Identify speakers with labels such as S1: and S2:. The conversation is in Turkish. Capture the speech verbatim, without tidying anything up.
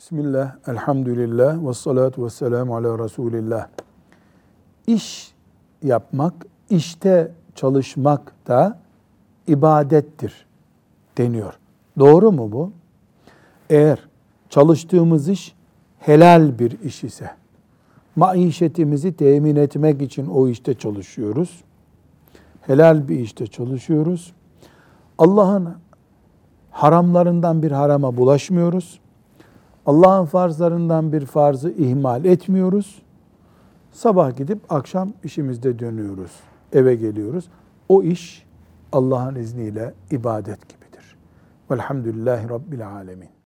S1: Bismillah, elhamdülillah, ve salatu ve selamu ala Resulillah. İş yapmak, işte çalışmak da ibadettir deniyor. Doğru mu bu? Eğer çalıştığımız iş helal bir iş ise, maişetimizi temin etmek için o işte çalışıyoruz. Helal bir işte çalışıyoruz. Allah'ın haramlarından bir harama bulaşmıyoruz. Allah'ın farzlarından bir farzı ihmal etmiyoruz. Sabah gidip akşam işimizde dönüyoruz. Eve geliyoruz. O iş Allah'ın izniyle ibadet gibidir. Velhamdülillahi Rabbil alemin.